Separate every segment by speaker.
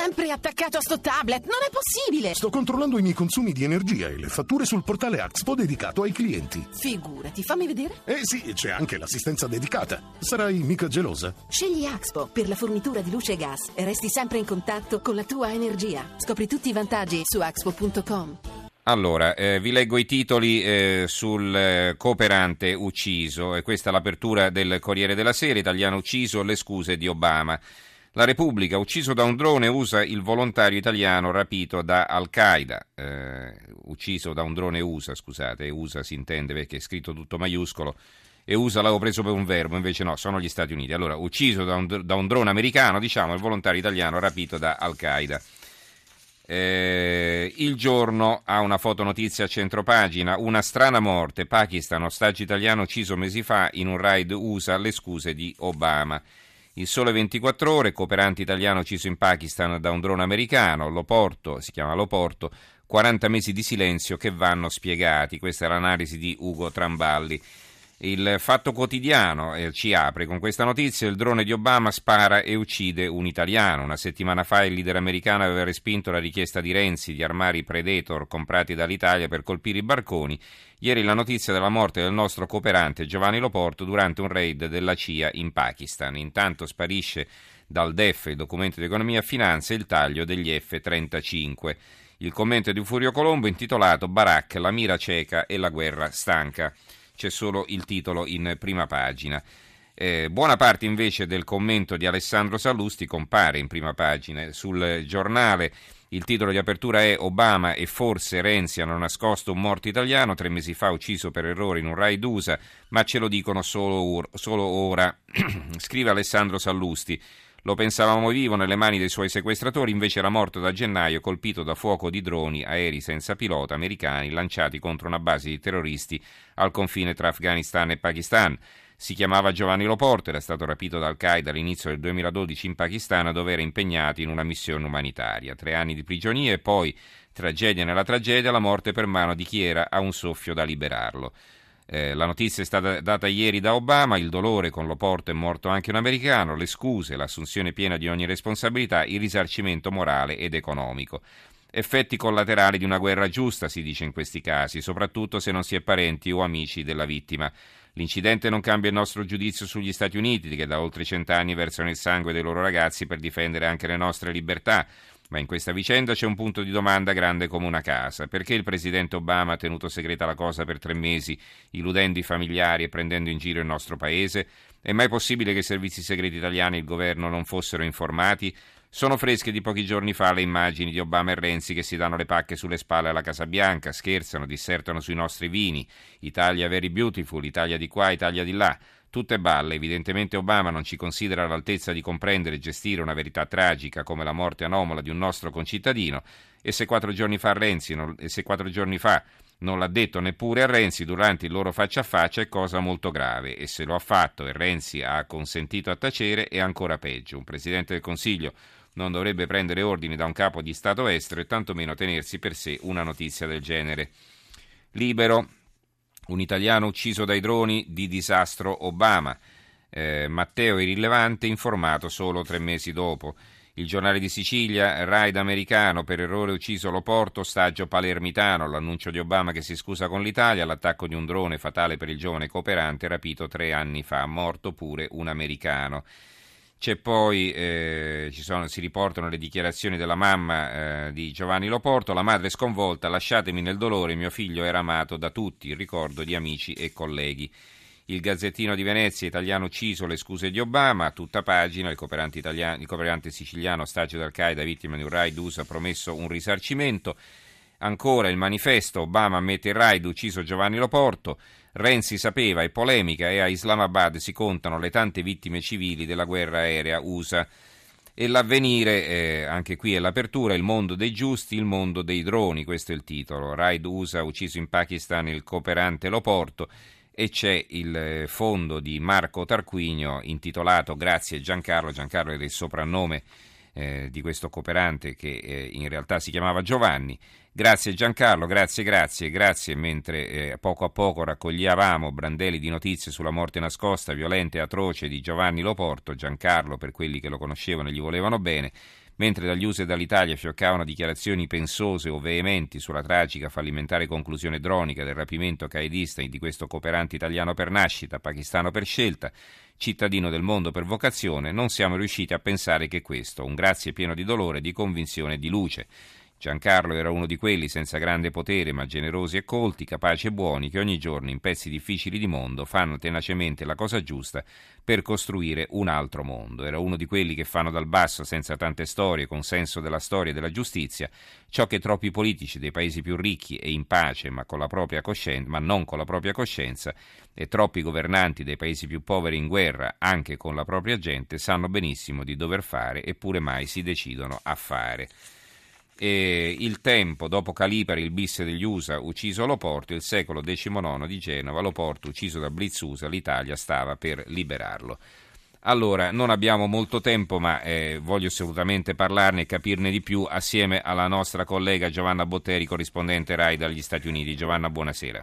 Speaker 1: sempre attaccato a sto tablet, non è possibile!
Speaker 2: Sto controllando i miei consumi di energia e le fatture sul portale Axpo dedicato ai clienti.
Speaker 1: Figurati, fammi vedere.
Speaker 2: Sì, c'è anche l'assistenza dedicata. Sarai mica gelosa?
Speaker 1: Scegli Axpo per la fornitura di luce e gas e resti sempre in contatto con la tua energia. Scopri tutti i vantaggi su axpo.com.
Speaker 3: Allora, vi leggo i titoli sul cooperante ucciso, e questa è l'apertura del Corriere della Sera. Italiano ucciso, le scuse di Obama. La Repubblica, ucciso da un drone, USA il volontario italiano rapito da Al-Qaeda. Ucciso da un drone USA, scusate, USA si intende perché è scritto tutto maiuscolo, e USA l'avevo preso per un verbo, invece no, sono gli Stati Uniti. Allora, ucciso da un drone americano, diciamo, il volontario italiano rapito da Al-Qaeda. Il Giorno ha una fotonotizia a centropagina: una strana morte, Pakistan, ostaggio italiano ucciso mesi fa in un raid USA, le scuse di Obama. Il Sole 24 Ore, cooperante italiano ucciso in Pakistan da un drone americano, Loporto, si chiama Loporto, 40 mesi di silenzio che vanno spiegati. Questa è l'analisi di Ugo Tramballi. Il Fatto Quotidiano ci apre con questa notizia: il drone di Obama spara e uccide un italiano. Una settimana fa il leader americano aveva respinto la richiesta di Renzi di armare i Predator comprati dall'Italia per colpire i barconi. Ieri la notizia della morte del nostro cooperante Giovanni Loporto durante un raid della CIA in Pakistan. Intanto sparisce dal DEF, il documento di economia e finanza, il taglio degli F-35. Il commento di Furio Colombo intitolato Barak, la mira cieca e la guerra stanca. C'è solo il titolo in prima pagina. Buona parte invece del commento di Alessandro Sallusti compare in prima pagina. Sul Giornale il titolo di apertura è: Obama e forse Renzi hanno nascosto un morto italiano 3 mesi fa ucciso per errore in un raid USA, ma ce lo dicono solo ora. Scrive Alessandro Sallusti: lo pensavamo vivo nelle mani dei suoi sequestratori, invece era morto da gennaio colpito da fuoco di droni, aerei senza pilota americani lanciati contro una base di terroristi al confine tra Afghanistan e Pakistan. Si chiamava Giovanni Loporto, era stato rapito da Al-Qaeda all'inizio del 2012 in Pakistan, dove era impegnato in una missione umanitaria. 3 anni di prigionia e poi, tragedia nella tragedia, la morte per mano di chi era a un soffio da liberarlo. La notizia è stata data ieri da Obama: il dolore, con Loporto è morto anche un americano, le scuse, l'assunzione piena di ogni responsabilità, il risarcimento morale ed economico. Effetti collaterali di una guerra giusta, si dice in questi casi, soprattutto se non si è parenti o amici della vittima. L'incidente non cambia il nostro giudizio sugli Stati Uniti, che da oltre 100 anni versano il sangue dei loro ragazzi per difendere anche le nostre libertà. Ma in questa vicenda c'è un punto di domanda grande come una casa. Perché il presidente Obama ha tenuto segreta la cosa per 3 mesi, illudendo i familiari e prendendo in giro il nostro paese? È mai possibile che i servizi segreti italiani e il governo non fossero informati? Sono fresche di pochi giorni fa le immagini di Obama e Renzi che si danno le pacche sulle spalle alla Casa Bianca, scherzano, dissertano sui nostri vini. Italia very beautiful, Italia di qua, Italia di là. Tutte balle. Evidentemente Obama non ci considera all'altezza di comprendere e gestire una verità tragica come la morte anomala di un nostro concittadino, e se 4 giorni fa non l'ha detto neppure a Renzi durante il loro faccia a faccia è cosa molto grave, e se lo ha fatto e Renzi ha consentito a tacere è ancora peggio. Un Presidente del Consiglio non dovrebbe prendere ordini da un capo di Stato estero e tantomeno tenersi per sé una notizia del genere. Libero. Un italiano ucciso dai droni, di disastro Obama. Matteo irrilevante, informato solo 3 mesi dopo. Il Giornale di Sicilia, raid americano, per errore ucciso Loporto, ostaggio palermitano. L'annuncio di Obama che si scusa con l'Italia, l'attacco di un drone fatale per il giovane cooperante rapito 3 anni fa, morto pure un americano. C'è poi, si riportano le dichiarazioni della mamma di Giovanni Loporto. La madre sconvolta: lasciatemi nel dolore, mio figlio era amato da tutti, il ricordo di amici e colleghi. Il Gazzettino di Venezia, italiano ucciso, le scuse di Obama, tutta pagina. Il cooperante siciliano, ostaggio d'Al-Qaeda, vittima di un raid USA, ha promesso un risarcimento. Ancora il Manifesto, Obama ammette il raid, ucciso Giovanni Loporto. Renzi sapeva, e polemica, e a Islamabad si contano le tante vittime civili della guerra aerea USA. E l'Avvenire, anche qui è l'apertura: il mondo dei giusti, il mondo dei droni, questo è il titolo. Raid USA, ucciso in Pakistan il cooperante Loporto, e c'è il fondo di Marco Tarquinio intitolato Grazie Giancarlo. Giancarlo era il soprannome di questo cooperante che in realtà si chiamava Giovanni. Grazie Giancarlo, grazie, mentre poco a poco raccoglievamo brandelli di notizie sulla morte nascosta, violenta e atroce di Giovanni Loporto. Giancarlo, per quelli che lo conoscevano e gli volevano bene, Mentre dagli USA e dall'Italia fioccavano dichiarazioni pensose o veementi sulla tragica fallimentare conclusione dronica del rapimento qaedista di questo cooperante italiano per nascita, pakistano per scelta, cittadino del mondo per vocazione, non siamo riusciti a pensare che questo, un grazie pieno di dolore, di convinzione e di luce. Giancarlo era uno di quelli senza grande potere, ma generosi e colti, capaci e buoni, che ogni giorno in pezzi difficili di mondo fanno tenacemente la cosa giusta per costruire un altro mondo. Era uno di quelli che fanno dal basso, senza tante storie, con senso della storia e della giustizia, ciò che troppi politici dei paesi più ricchi e in pace, ma non con la propria coscienza, e troppi governanti dei paesi più poveri in guerra, anche con la propria gente, sanno benissimo di dover fare, eppure mai si decidono a fare. Il Tempo, dopo Calipari, il bis degli USA, ucciso a Loporto, il secolo XIX di Genova, Loporto ucciso da Blitz USA, l'Italia stava per liberarlo. Allora, non abbiamo molto tempo, ma voglio assolutamente parlarne e capirne di più assieme alla nostra collega Giovanna Botteri, corrispondente RAI dagli Stati Uniti. Giovanna, buonasera.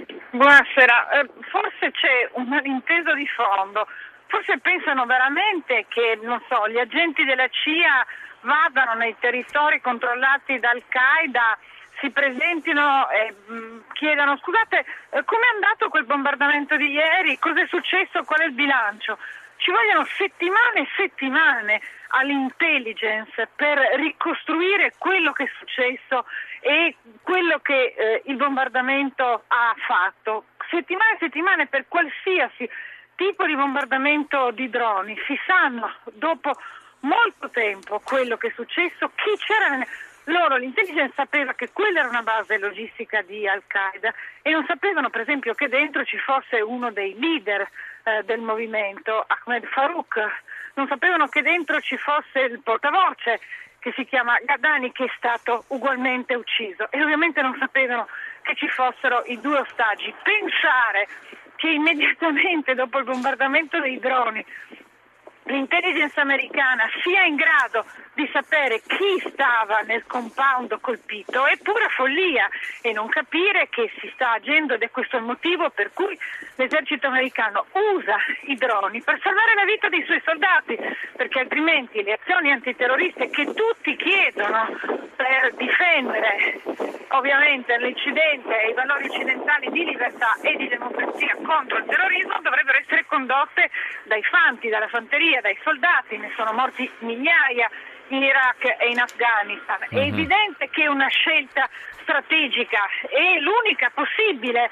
Speaker 4: Buonasera, forse c'è un malinteso di fondo, forse pensano veramente che, non so, gli agenti della CIA vadano nei territori controllati da Al-Qaeda, si presentino e chiedano: scusate, com'è andato quel bombardamento di ieri? Cosa è successo? Qual è il bilancio? Ci vogliono settimane e settimane all'intelligence per ricostruire quello che è successo e quello che il bombardamento ha fatto. Settimane e settimane per qualsiasi tipo di bombardamento di droni. Si sanno dopo molto tempo quello che è successo, chi c'era loro, l'intelligence sapeva che quella era una base logistica di Al-Qaeda e non sapevano per esempio che dentro ci fosse uno dei leader del movimento, Ahmed Farouk, non sapevano che dentro ci fosse il portavoce che si chiama Ghadani, che è stato ugualmente ucciso, e ovviamente non sapevano che ci fossero i due ostaggi. Pensare che immediatamente dopo il bombardamento dei droni l'intelligence americana sia in grado di sapere chi stava nel compound colpito è pura follia, e non capire che si sta agendo, ed è questo il motivo per cui l'esercito americano usa i droni per salvare la vita dei suoi soldati, perché altrimenti le azioni antiterroriste che tutti chiedono per difendere ovviamente l'incidente e i valori occidentali di libertà e di democrazia contro il terrorismo dovrebbero essere condotte dai fanti, dalla fanteria, dai soldati. Ne sono morti migliaia in Iraq e in Afghanistan. È evidente che una scelta strategica è l'unica possibile,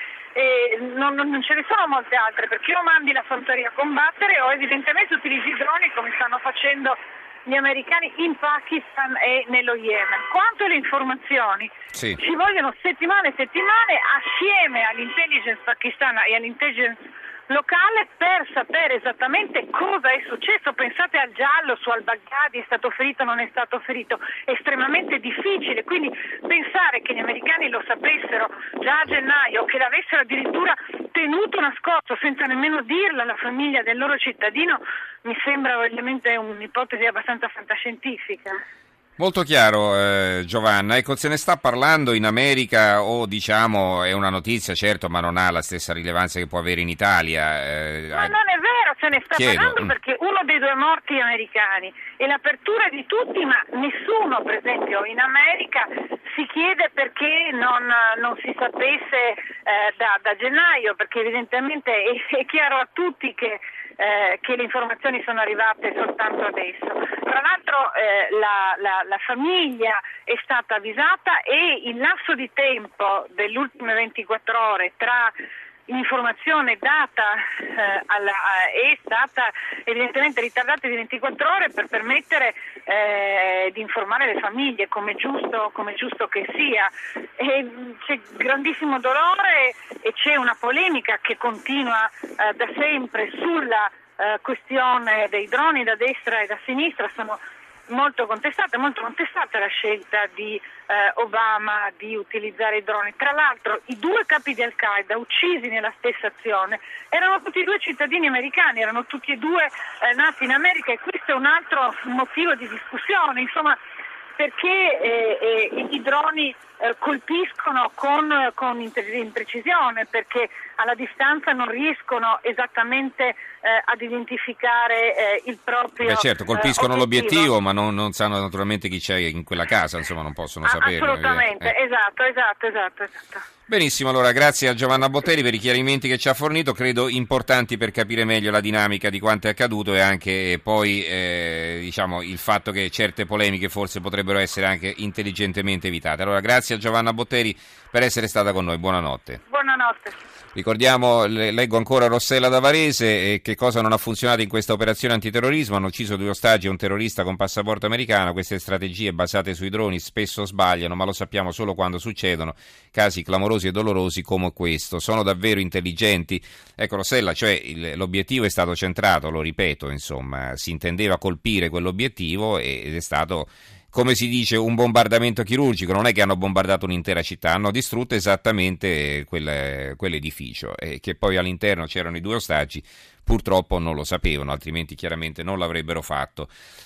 Speaker 4: non ce ne sono molte altre, perché o mandi la fanteria a combattere o evidentemente utilizzi i droni come stanno facendo gli americani in Pakistan e nello Yemen. Quanto alle informazioni,
Speaker 3: sì,
Speaker 4: ci vogliono settimane e settimane assieme all'intelligence pakistana e all'intelligence locale per sapere esattamente cosa è successo. Pensate al giallo su al-Baghdadi, è stato ferito o non è stato ferito, è estremamente difficile, quindi pensare che gli americani lo sapessero già a gennaio, che l'avessero addirittura tenuto nascosto senza nemmeno dirlo alla famiglia del loro cittadino, mi sembra ovviamente un'ipotesi abbastanza fantascientifica.
Speaker 3: Molto chiaro, Giovanna. Ecco, se ne sta parlando in America, o diciamo è una notizia, certo, ma non ha la stessa rilevanza che può avere in Italia.
Speaker 4: Ma non è vero, se ne sta parlando perché uno dei due morti americani e l'apertura di tutti, ma nessuno, per esempio, in America si chiede perché non si sapesse da gennaio, perché evidentemente è chiaro a tutti che le informazioni sono arrivate soltanto adesso. Tra l'altro la famiglia è stata avvisata e il lasso di tempo delle ultime 24 ore tra l'informazione data è stata evidentemente ritardata di 24 ore per permettere di informare le famiglie, come giusto che sia. C'è grandissimo dolore e c'è una polemica che continua da sempre sulla questione dei droni da destra e da sinistra. Sono molto contestata la scelta di Obama di utilizzare i droni. Tra l'altro i due capi di Al-Qaeda uccisi nella stessa azione erano tutti e due cittadini americani, erano tutti e due nati in America, e questo è un altro motivo di discussione, insomma, perché i droni colpiscono con imprecisione, perché alla distanza non riescono esattamente ad identificare il proprio
Speaker 3: certo, colpiscono
Speaker 4: obiettivo.
Speaker 3: l'obiettivo, ma non sanno naturalmente chi c'è in quella casa, insomma, non possono sapere.
Speaker 4: Assolutamente, esatto.
Speaker 3: Benissimo, allora grazie a Giovanna Botteri per i chiarimenti che ci ha fornito, credo importanti per capire meglio la dinamica di quanto è accaduto e anche poi diciamo il fatto che certe polemiche forse potrebbero essere anche intelligentemente evitate. Allora grazie a Giovanna Botteri per essere stata con noi, buonanotte.
Speaker 4: Buonanotte.
Speaker 3: Ricordiamo, leggo ancora Rossella da Varese, che cosa non ha funzionato in questa operazione antiterrorismo. Hanno ucciso 2 ostaggi e un terrorista con passaporto americano. Queste strategie basate sui droni spesso sbagliano, ma lo sappiamo solo quando succedono casi clamorosi e dolorosi come questo. Sono davvero intelligenti? Ecco Rossella, cioè l'obiettivo è stato centrato, lo ripeto, insomma, si intendeva colpire quell'obiettivo ed è stato, come si dice, un bombardamento chirurgico. Non è che hanno bombardato un'intera città, hanno distrutto esattamente quell'edificio, e che poi all'interno c'erano i 2 ostaggi, purtroppo non lo sapevano, altrimenti chiaramente non l'avrebbero fatto.